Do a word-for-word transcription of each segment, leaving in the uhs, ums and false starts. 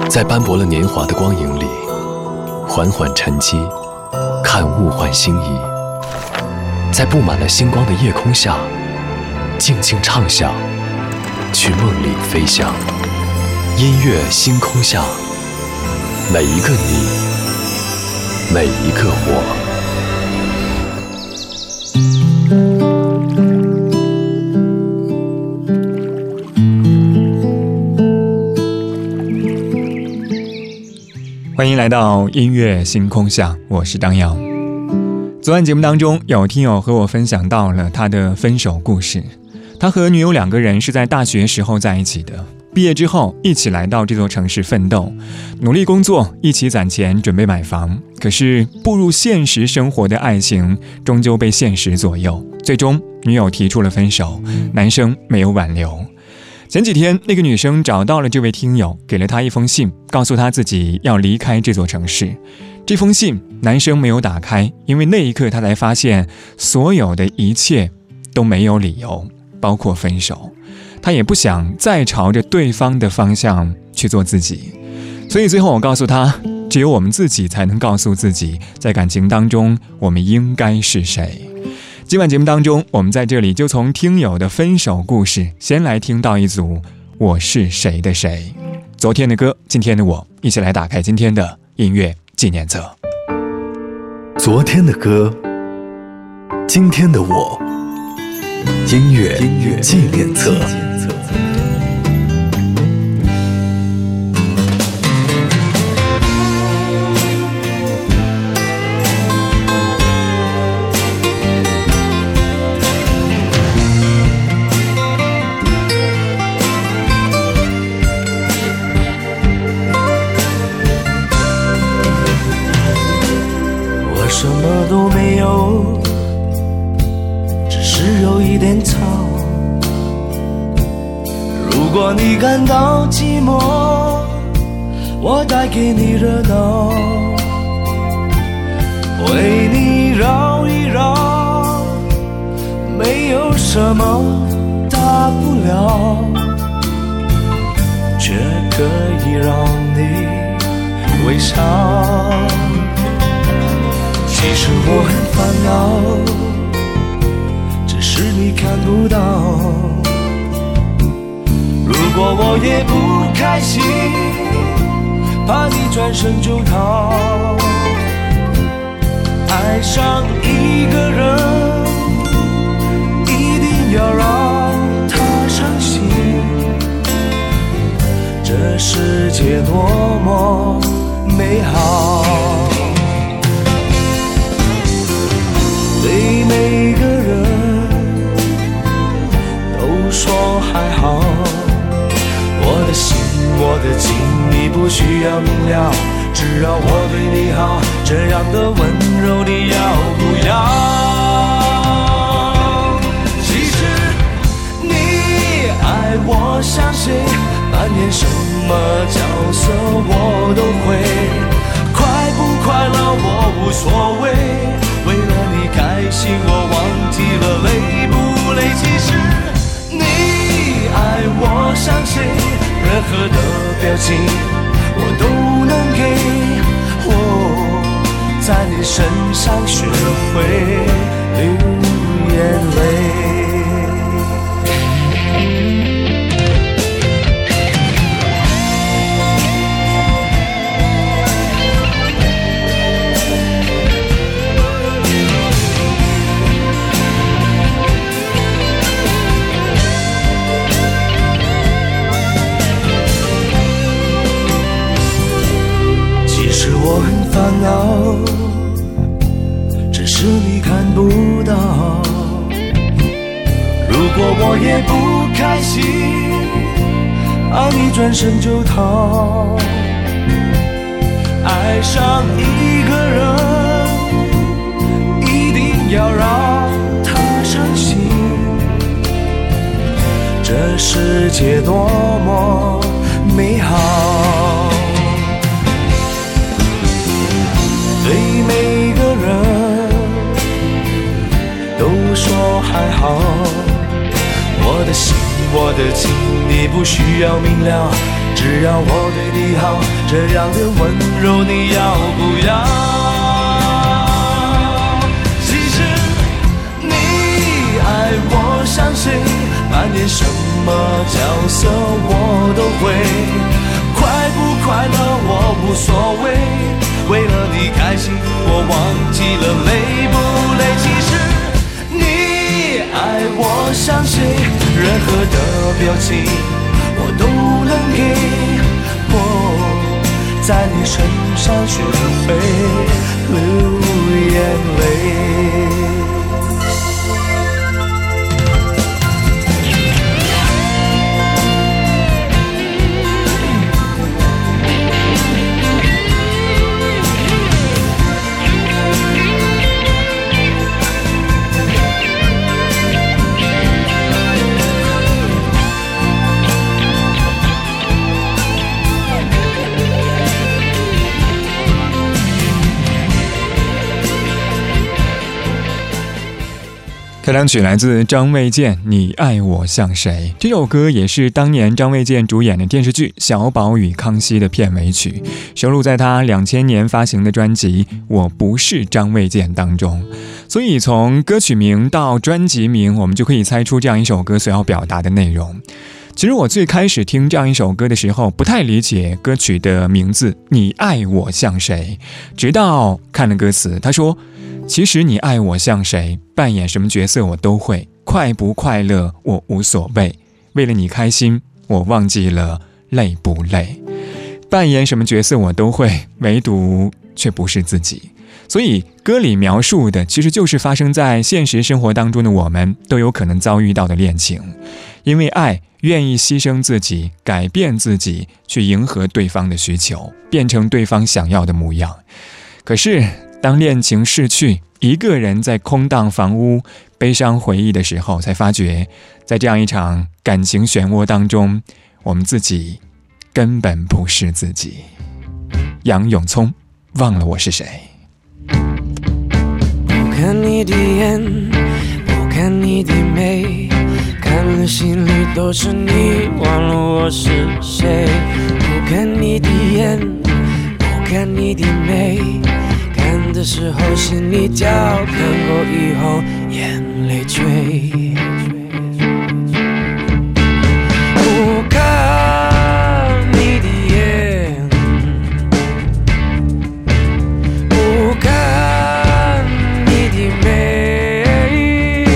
在斑驳了年华的光影里，缓缓沉积，看物换星移。在布满了星光的夜空下，静静畅想，去梦里飞翔。音乐星空下，每一个你，每一个我。 欢迎来到音乐星空下，我是张扬。昨晚节目当中，有听友和我分享到了他的分手故事。他和女友两个人是在大学时候在一起的，毕业之后一起来到这座城市奋斗，努力工作，一起攒钱准备买房。可是步入现实生活的爱情终究被现实左右，最终女友提出了分手，男生没有挽留。前几天那个女生找到了这位听友，给了他一封信，告诉他自己要离开这座城市。这封信男生没有打开，因为那一刻他才发现所有的一切都没有理由，包括分手。他也不想再朝着对方的方向去做自己，所以最后我告诉他，只有我们自己才能告诉自己，在感情当中我们应该是谁。今晚节目当中，我们在这里就从听友的分手故事先来听到一组我是谁的谁。昨天的歌，今天的我，一起来打开今天的音乐纪念册。 昨天的歌，今天的我，音乐纪念册。 什么都没有，只是有一点草。如果你感到寂寞，我带给你热闹，为你绕一绕，没有什么大不了，却可以让你微笑。其实我很烦恼，只是你看不到。如果我也不开心，怕你转身就逃。爱上一个人，一定要让他伤心。这世界多么美好，对每个人都说还好。我的心，我的情，你不需要明了，只要我对你好，这样的温柔你要不要？其实你爱我像谁，扮演什么角色我都会，快不快乐我无所谓，为了你开心我忘记了累不累。其实你爱我像谁，任何的表情我都能给，我在你身上学会流眼泪。我很烦恼，只是你看不到。如果我也不开心，怕你转身就逃。爱上一个人，一定要让他伤心。这世界多么美好，对每个人都说还好。我的心，我的情，你不需要明了，只要我对你好， 这样的温柔你要不要？其实你爱我像谁，扮演什么角色我都会，快不快乐我无所谓，为了你开心我忘记了累不累。其实你爱我像谁，任何的表情我都能给，我在你身上学会流眼泪。 开场曲来自张卫健《你爱我像谁》，这首歌也是当年张卫健主演的电视剧《小宝与康熙》的片尾曲，收录在他两千年发行的专辑《我不是张卫健》当中。所以从歌曲名到专辑名，我们就可以猜出这样一首歌所要表达的内容。其实我最开始听这样一首歌的时候，不太理解歌曲的名字你爱我像谁，直到看了歌词，他说其实你爱我像谁，扮演什么角色我都会，快不快乐我无所谓，为了你开心我忘记了累不累，扮演什么角色我都会，唯独却不是自己。所以歌里描述的其实就是发生在现实生活当中的我们都有可能遭遇到的恋情，因为爱愿意牺牲自己，改变自己，去迎合对方的需求，变成对方想要的模样。可是当恋情逝去，一个人在空荡房屋悲伤回忆的时候，才发觉在这样一场感情漩涡当中，我们自己根本不是自己。杨永聪，忘了我是谁。 不看你的眼，不看你的眉，看了心里都是你，忘了我是谁。不看你的眼，不看你的眉，看的时候心里跳，看过以后眼泪垂。不看你的眼，不看你的眉，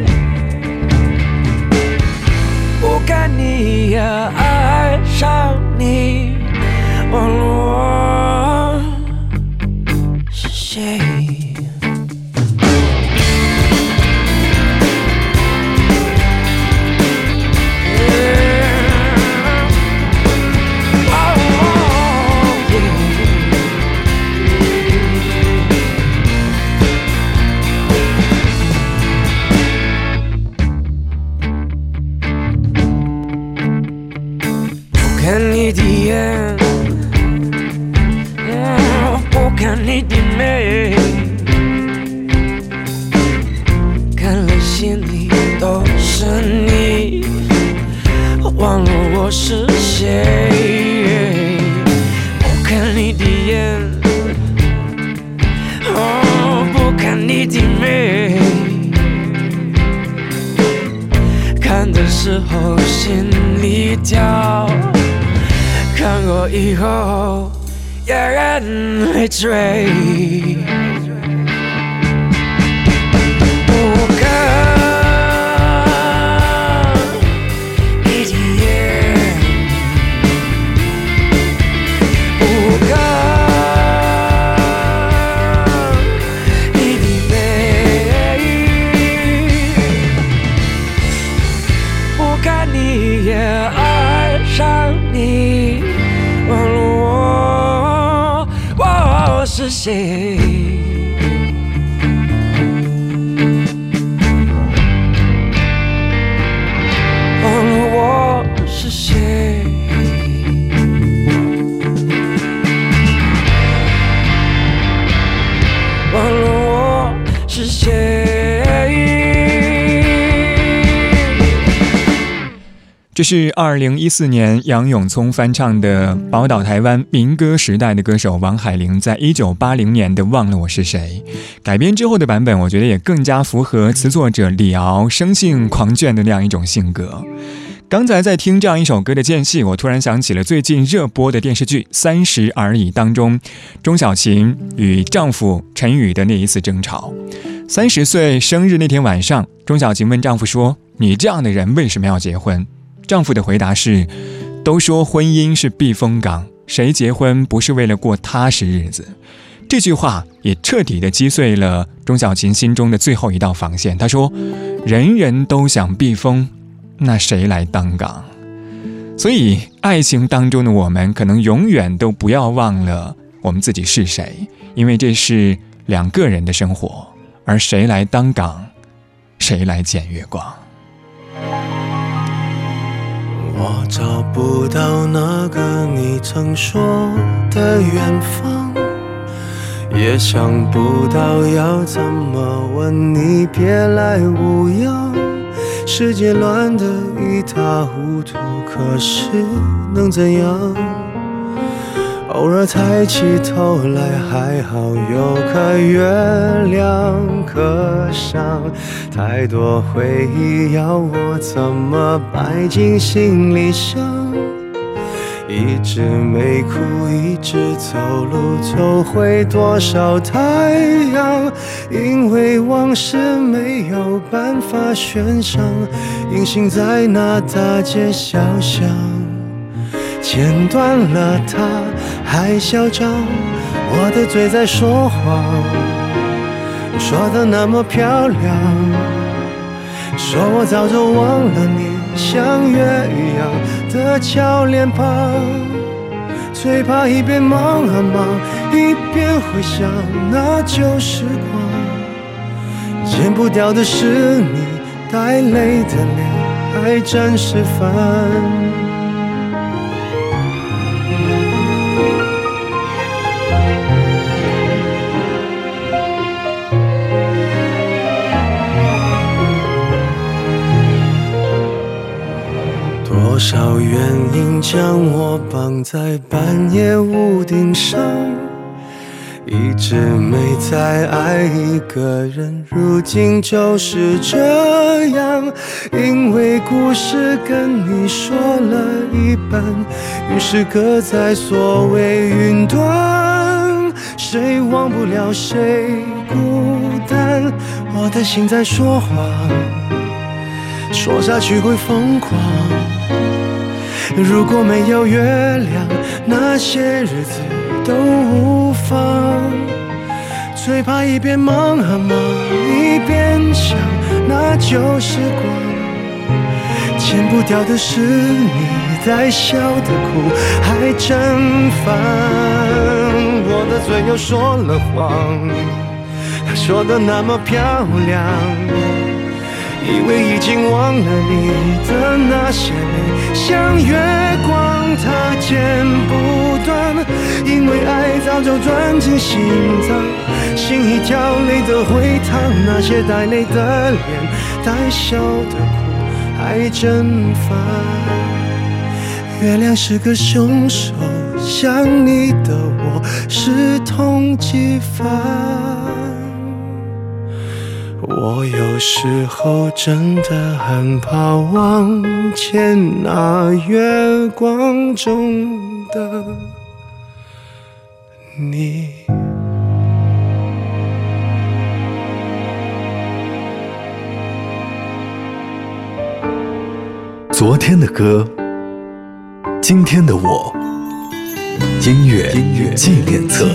不看你呀，爱上你，忘了我是谁。不看你的眼，不看你的眉，看了心里都是你，忘了我是谁。不看你的眼，不看你的眉，看的时候心里跳，看过以后眼泪垂。不看你的眼，不看你的眉，不看你也爱上你，忘了我我是谁。忘了我是谁。忘了我是谁。 这是二零一四年杨永聪翻唱的宝岛台湾民歌时代的歌手王海玲在一九八零年的《忘了我是谁》改编之后的版本，我觉得也更加符合词作者李敖生性狂狷的那样一种性格。刚才在听这样一首歌的间隙，我突然想起了最近热播的电视剧《三十而已》当中钟小琴与丈夫陈宇的那一次争吵。三十岁生日那天晚上，钟小琴问丈夫说：“你这样的人为什么要结婚？”丈夫的回答是：“都说婚姻是避风港，谁结婚不是为了过踏实日子？”这句话也彻底地击碎了钟小琴心中的最后一道防线。她说：“人人都想避风，那谁来当港？”所以爱情当中的我们可能永远都不要忘了我们自己是谁，因为这是两个人的生活，而谁来当港，谁来捡月光。 我找不到那个你曾说的远方，也想不到要怎么问你，别来无恙。世界乱得一塌糊涂，可是能怎样？偶尔抬起头来，还好有颗月亮可赏。太多回忆要我怎么摆进行李箱？一直没哭，一直走路，走回多少太阳？因为往事没有办法悬赏，隐形在那大街小巷。剪断了它还嚣张，我的嘴在说谎，说得那么漂亮，说我早就忘了你像月一样的俏脸庞。最怕一边忙啊忙，一边回想那旧时光，剪不掉的是你带泪的脸，还真是烦。多少原因将我绑在半夜屋顶上，一直没再爱一个人，如今就是这样。因为故事跟你说了一半，于是搁在所谓云端，谁忘不了谁孤单。我的心在说谎，说下去会疯狂。如果没有月亮，那些日子都无妨。最怕一边忙啊忙，一边想那旧时光，剪不掉的是你在笑的哭，还真烦。我的嘴又说了谎，说得那么漂亮，以为已经忘了你的那些泪，像月光它剪不断，因为爱早就钻进心脏，心一条泪都会淌，那些带泪的脸，带笑的哭，还真烦。月亮是个凶手，想你的我是通缉犯。我有时候真的很怕忘记那月光中的你。 昨天的歌，今天的我，音乐纪念册。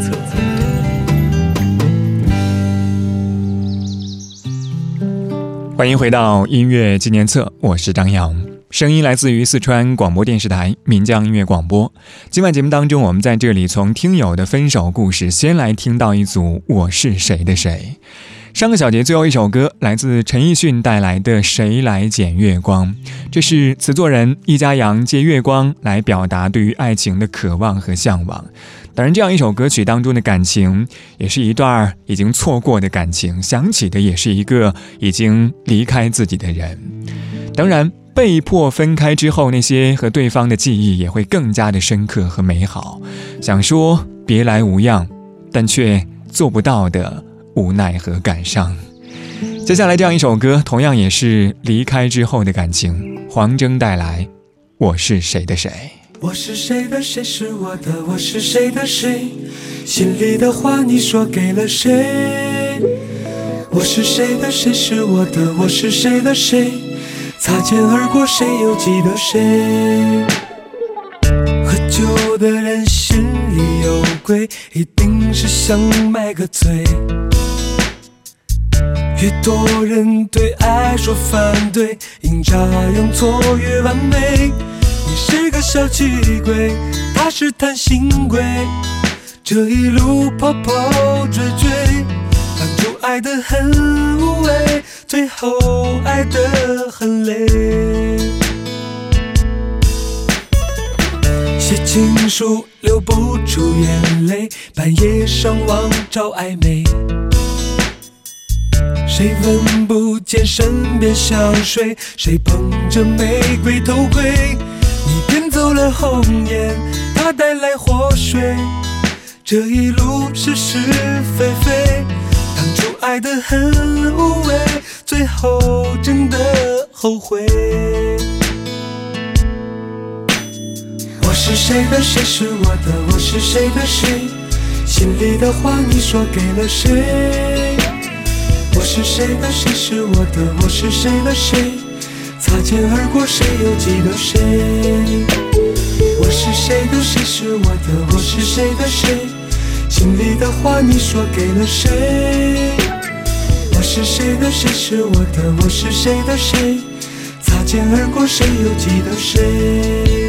欢迎回到音乐纪念册，我是张扬，声音来自于四川广播电视台岷江音乐广播。今晚节目当中，我们在这里从听友的分手故事先来听到一组《我是谁的谁》。上个小节最后一首歌来自陈奕迅带来的《谁来捡月光》，这是词作人易家扬借月光来表达对于爱情的渴望和向往。当然，这样一首歌曲当中的感情，也是一段已经错过的感情，想起的也是一个已经离开自己的人。当然， 被迫分开之后，那些和对方的记忆也会更加的深刻和美好。想说别来无恙，但却做不到的无奈和感伤。接下来这样一首歌，同样也是离开之后的感情，黄征带来《我是谁的谁》。 我是谁的谁是我的，我是谁的谁，心里的话你说给了谁？我是谁的谁是我的，我是谁的谁，擦肩而过谁又记得谁？喝酒的人心里有鬼，一定是想买个醉。越多人对爱说反对，阴差阳错越完美。你是个小气鬼，他是贪心鬼，这一路跑跑追追，当初爱得很无畏，最后爱得很累。写情书流不出眼泪，半夜上网找暧昧，谁闻不见身边香水，谁捧着玫瑰偷窥，你骗走了红颜，他带来祸水，这一路是是非非，当初爱得很无畏，最后真的后悔。我是谁的谁是我的，我是谁的谁，心里的话你说给了谁？我是谁的谁是我的，我是谁的谁，擦肩而过谁又记得谁？我是谁的谁是我的，我是谁的谁，心里的话你说给了谁？我是谁的谁是我的，我是谁的谁，擦肩而过谁又记得谁？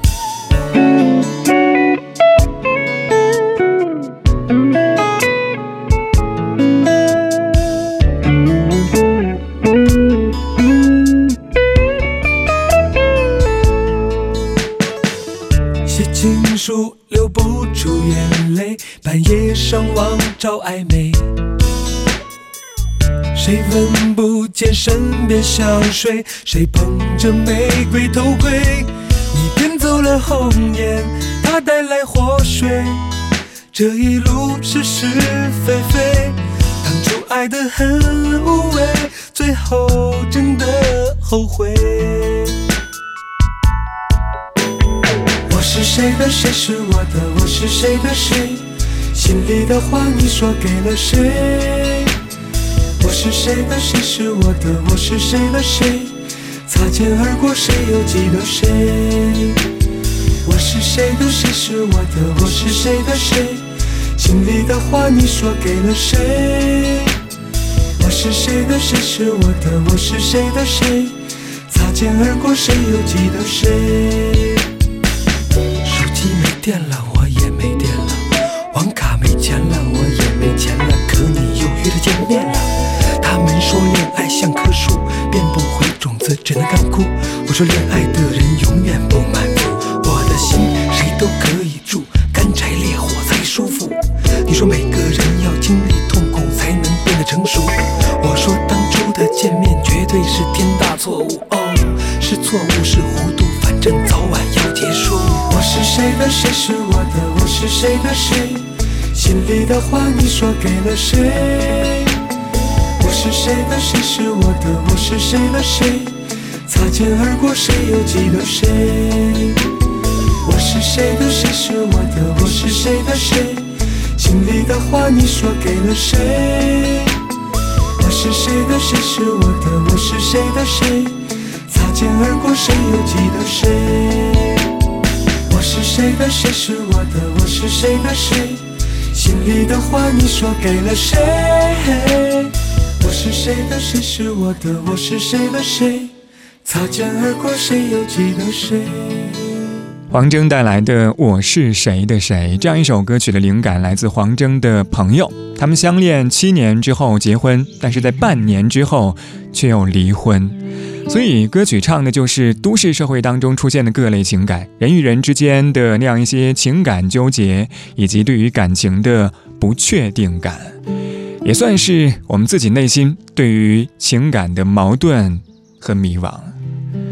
情书流不出眼泪，半夜上网找暧昧，谁闻不见身边香水，谁捧着玫瑰偷窥，你骗走了红颜，他带来祸水，这一路是是非非，当初爱得很无畏，最后真的后悔。我是谁的谁是我的，我是谁的谁，心里的话你说给了谁？我是谁的谁是我的，我是谁的谁，擦肩而过谁又记得谁？我是谁的谁是我的，我是谁的谁，心里的话你说给了谁？我是谁的谁是我的，我是谁的谁，擦肩而过谁又记得谁？手机没电了，我也没电了，网卡没钱了，我也没钱了，可你又约着见面了。他们说恋爱像棵树，变不回种子，只能干枯。我说恋爱的人永远不满足，我的心谁都可以住，干柴烈火才舒服。你说每个人要经历痛苦才能变得成熟，我说当初的见面绝对是天大错误，哦，是错误是糊涂，反正早晚要结束。我是谁的谁是我的，我是谁的谁，心里的话你说给了谁？我是谁的谁是我的，我是谁的谁，擦肩而过谁又记得谁？我是谁的谁是我的，我是谁的谁，心里的话你说给了谁？我是谁的谁是我的，我是谁的谁，擦肩而过谁又记得谁？我是谁的谁是我的，我是谁的谁，心里的话你说给了谁？我是谁的谁是我的，我是谁的谁，擦肩而过谁又记得谁？ 黄征带来的《我是谁的谁》这样一首歌曲的灵感来自黄征的朋友，他们相恋七年之后结婚，但是在半年之后却又离婚。所以歌曲唱的就是都市社会当中出现的各类情感，人与人之间的那样一些情感纠结，以及对于感情的不确定感，也算是我们自己内心对于情感的矛盾和迷惘。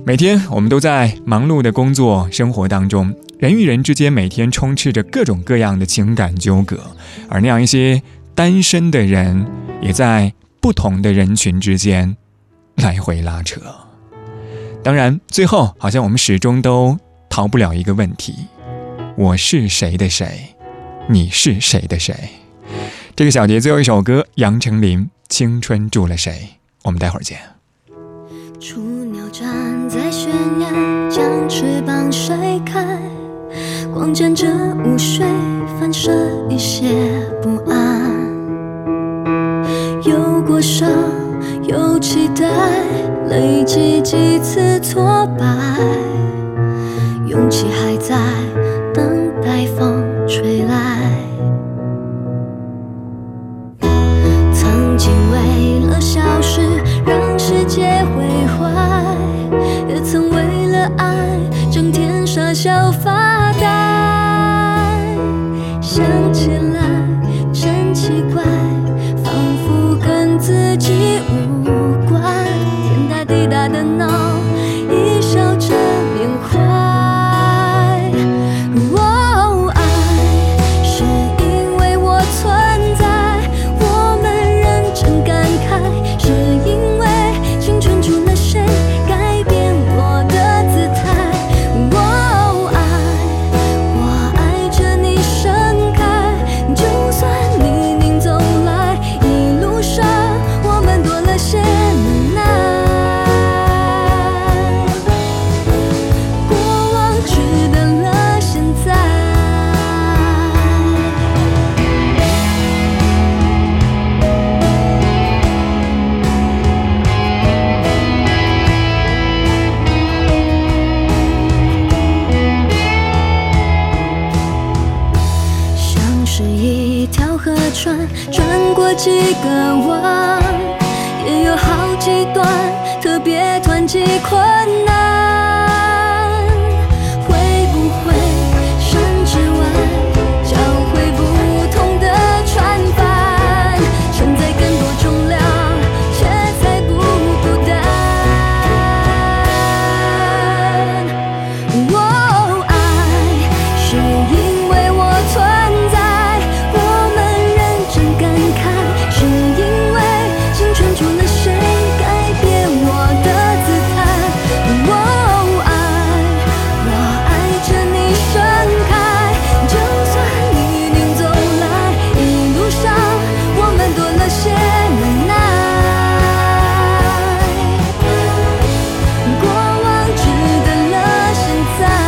每天我们都在忙碌的工作生活当中，人与人之间每天充斥着各种各样的情感纠葛，而那样一些单身的人也在不同的人群之间来回拉扯。当然最后好像我们始终都逃不了一个问题，我是谁的谁，你是谁的谁。这个小节最后一首歌，杨丞琳，青春住了谁。我们待会儿见。 雏鸟站在悬崖，将翅膀甩开，光沾着午水，反射一些不安。有过伤，有期待，累积几次挫败，勇气还在等待风吹来。曾经为了小事让世界毁坏，也曾为了爱整天傻笑发呆。想起来真奇怪，仿佛跟自己无关，天大地大的闹，一笑着缅怀。哦，爱是因为我存在，我们认真感慨，是因为青春住了谁，改变我的姿态。哦，爱，我爱着你盛开，就算泥泞走来，一路上我们多了些能耐。过往值得了现在。像是一条河船，转过几个弯，也有好几段特别湍急困难。会不会山之外交汇不同的船帆，承载更多重量，却才不孤单。哦，爱是因为我存在，我们认真感慨，是因为青春住了谁，改变我的姿态。哦，爱，我爱着你盛开，就算泥泞走来，一路上我们多了些能耐。过往值得了现在。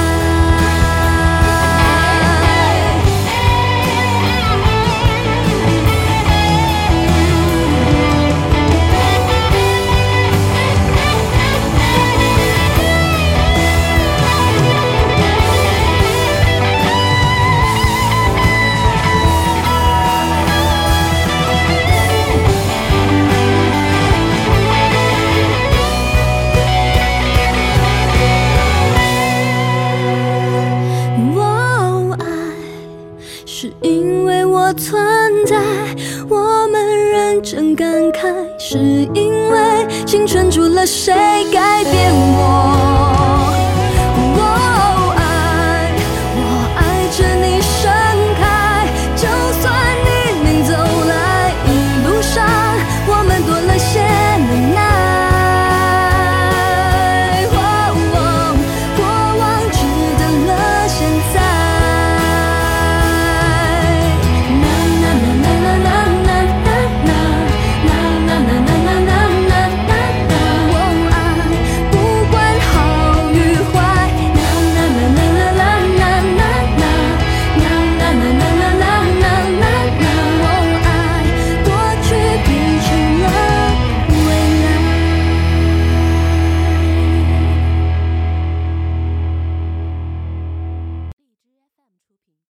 哦，爱是因为我存在，我们认真感慨，是因为青春住了谁，改变我。